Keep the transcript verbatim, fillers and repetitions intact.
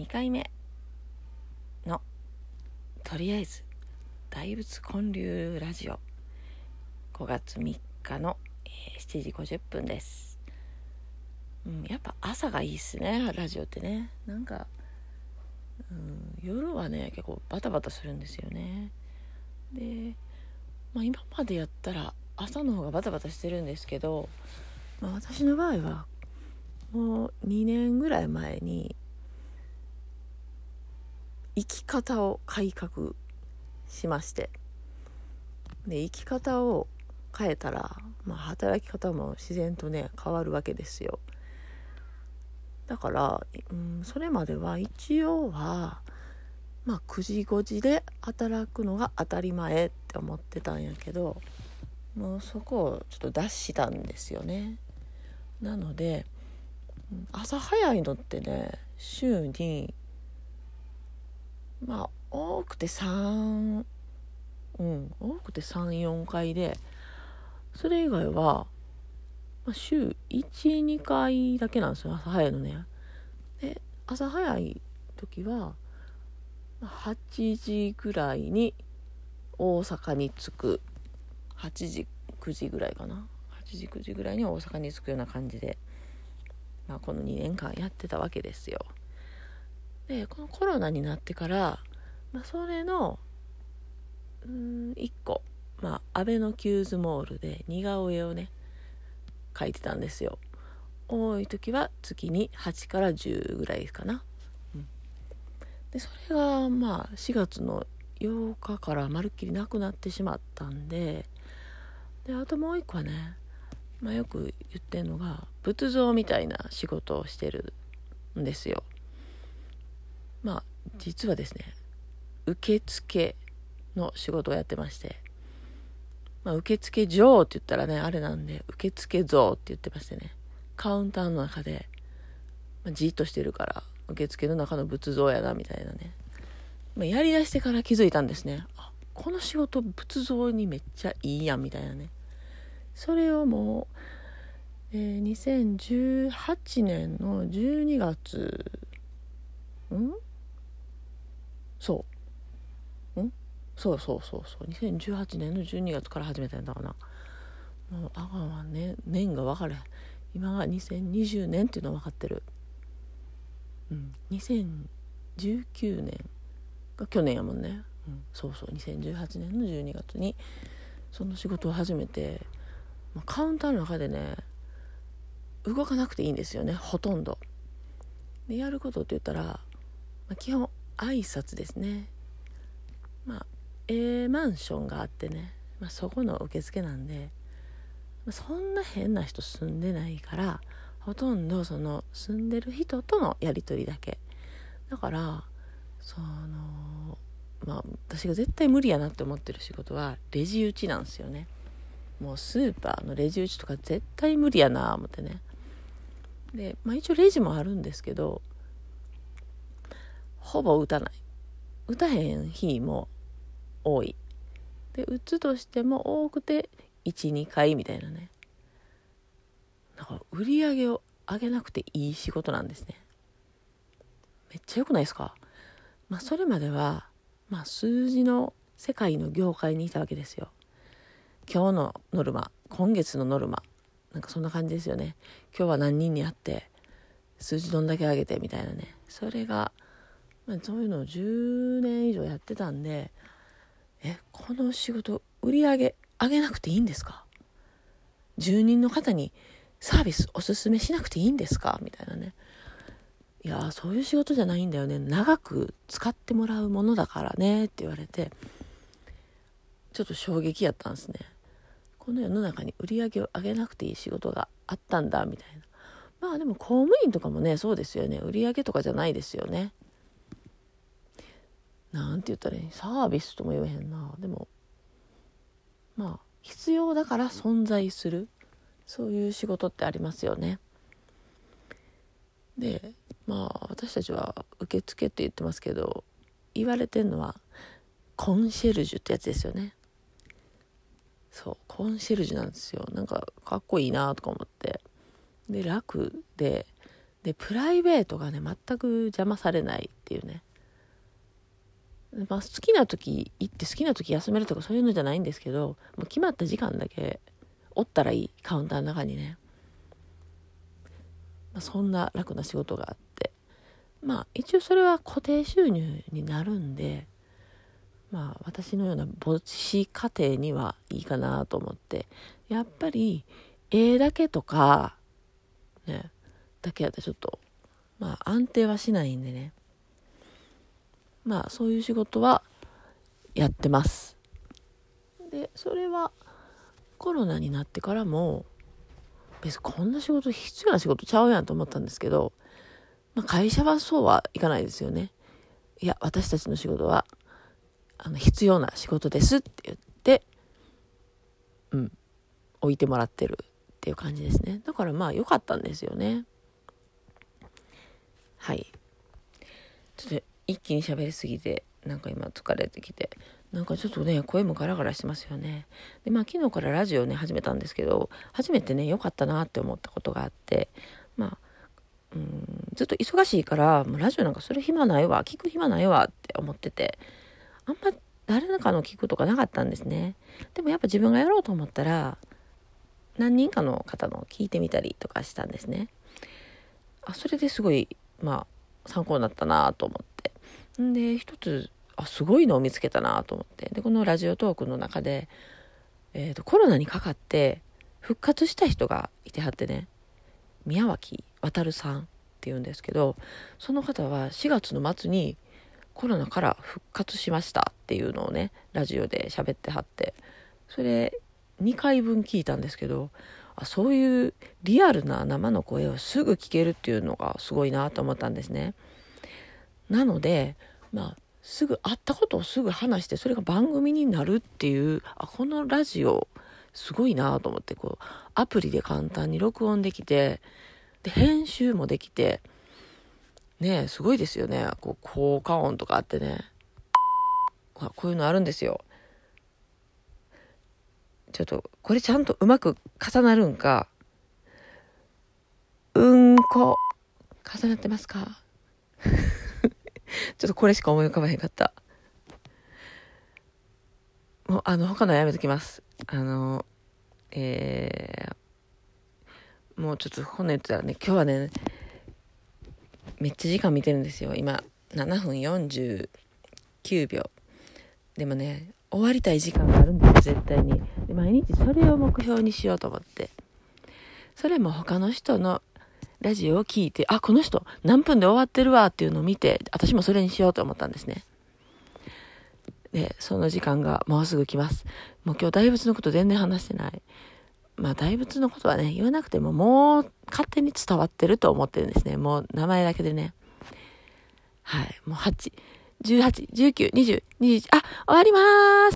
にかいめのとりあえず大仏建立ラジオごがつみっかの、えー、しちじごじゅっぷんです、うん、やっぱ朝がいいっすね。ラジオってね、なんか、うん、夜はね結構バタバタするんですよね。で、まあ、今までやったら朝の方がバタバタしてるんですけど、まあ、私の場合はもうにねんぐらい前に生き方を改革しまして、で生き方を変えたら、まあ、働き方も自然とね変わるわけですよ。だから、うん、それまでは一応は、まあ、くじごじで働くのが当たり前って思ってたんやけど、もうそこをちょっと脱したんですよね。なので朝早いのってね、週にまあ多くて3うん多くて さん,よん 回で、それ以外は、まあ、週いち、にかいだけなんですよ、朝早いのね。で朝早い時ははちじぐらいに大阪に着く、はちじくじぐらいかな、はちじくじぐらいに大阪に着くような感じで、まあ、このにねんかんやってたわけですよ。でこのコロナになってから、まあ、それのうーんいっこ、まあアベノキューズモールで似顔絵をね描いてたんですよ。多い時は月にはちからじゅうぐらいかな、うん、でそれがまあしがつのようかからまるっきりなくなってしまったんで、であともう一個はね、まあ、よく言ってるのが仏像みたいな仕事をしてるんですよ。まあ実はですね、受付の仕事をやってまして、まあ、受付嬢って言ったらねあれなんで、受付像って言ってましてね、カウンターの中で、まあ、じっとしてるから受付の中の仏像やなみたいなね、まあ、やりだしてから気づいたんですね。あ、この仕事仏像にめっちゃいいやんみたいなね。それをもう、えー、にせんじゅうはちねんのじゅうにがつんそうそうそうそうそうにせんじゅうはちねんのじゅうにがつから始めたんだかな。もうあかんわ、ね、年が分かれへん。今がにせんにじゅうねんっていうのは分かってる。うん、にせんじゅうきゅうねんが去年やもんね、うん、そうそうにせんじゅうはちねんのじゅうにがつにその仕事を始めて、まあ、カウンターの中でね動かなくていいんですよね、ほとんど。でやることって言ったら、まあ、基本挨拶ですね。まあ A マンションがあってね、まあ、そこの受付なんで、まあ、そんな変な人住んでないから、ほとんどその住んでる人とのやり取りだけだから、そのまあ私が絶対無理やなって思ってる仕事はレジ打ちなんですよね。もうスーパーのレジ打ちとか絶対無理やな思ってね。で、まあ、一応レジもあるんですけど、ほぼ打たない、打たへん日も多い。で打つとしても多くて いち,に 回みたいなね。だから売り上げを上げなくていい仕事なんですね。めっちゃ良くないですか。まあそれまでは、まあ、数字の世界の業界にいたわけですよ。今日のノルマ、今月のノルマ、なんかそんな感じですよね。今日は何人に会って数字どんだけ上げてみたいなね。それが、まあ、そういうのをじゅうねん以上やってたんで、えこの仕事売り上げ上げなくていいんですか、住人の方にサービスおすすめしなくていいんですかみたいなね。いやそういう仕事じゃないんだよね、長く使ってもらうものだからねって言われて、ちょっと衝撃やったんですね。この世の中に売り上げを上げなくていい仕事があったんだみたいな。まあでも公務員とかもねそうですよね。売り上げとかじゃないですよね。なんて言ったらいい、サービスとも言えへんな。でもまあ必要だから存在する、そういう仕事ってありますよね。でまあ私たちは受付って言ってますけど、言われてるのはコンシェルジュってやつですよね。そうコンシェルジュなんですよ。なんかかっこいいなとか思って、で楽ででプライベートがね全く邪魔されないっていうね。まあ、好きな時行って好きな時休めるとかそういうのじゃないんですけど、もう決まった時間だけおったらいい、カウンターの中にね。まあ、そんな楽な仕事があって、まあ一応それは固定収入になるんで、まあ私のような母子家庭にはいいかなと思って、やっぱり絵だけとかねだけやったらちょっとまあ安定はしないんでね、まあそういう仕事はやってます。でそれはコロナになってからも別にこんな仕事必要な仕事ちゃうやんと思ったんですけど、まあ、会社はそうはいかないですよね。いや私たちの仕事はあの必要な仕事ですって言ってうん置いてもらってるっていう感じですね。だからまあ良かったんですよね。はい、ちょっと一気に喋りすぎてなんか今疲れてきて、なんかちょっとね声もガラガラしてますよね。でまあ昨日からラジオね始めたんですけど、初めてね良かったなって思ったことがあって、まあうんずっと忙しいからもうラジオなんかする暇ないわ、聞く暇ないわって思ってて、あんま誰かの聞くとかなかったんですね。でもやっぱ自分がやろうと思ったら何人かの方の聞いてみたりとかしたんですね。あそれですごいまあ参考になったなと思って、んで一つあすごいのを見つけたなと思って、でこのラジオトークの中で、えーと、コロナにかかって復活した人がいてはってね、宮脇渉さんっていうんですけど、その方はしがつの末にコロナから復活しましたっていうのをねラジオで喋ってはって、それにかいぶん聞いたんですけど、あそういうリアルな生の声をすぐ聞けるっていうのがすごいなと思ったんですね。なのでまあすぐ会ったことをすぐ話してそれが番組になるっていう、あこのラジオすごいなと思って、こうアプリで簡単に録音できて、で編集もできてね、すごいですよね。こう効果音とかあってね、あこういうのあるんですよ。ちょっとこれちゃんとうまく重なるんか、うんこ重なってますかちょっとこれしか思い浮かばへんかった。もうあの他のやめときます。あのえー、もうちょっとこんな言ってたらね、今日はねめっちゃ時間見てるんですよ。今ななふんよんじゅうきゅうびょうでもね終わりたい時間があるんです絶対に。で毎日それを目標にしようと思って、それも他の人のラジオを聞いて、あこの人何分で終わってるわっていうのを見て、私もそれにしようと思ったんですね。でその時間がもうすぐ来ます。もう今日大仏のこと全然話してない。まあ大仏のことはね言わなくてももう勝手に伝わってると思ってるんですね。もう名前だけでね。はいもうはち、じゅうはち、じゅうきゅう、にじゅう、にじゅういち、あ終わります。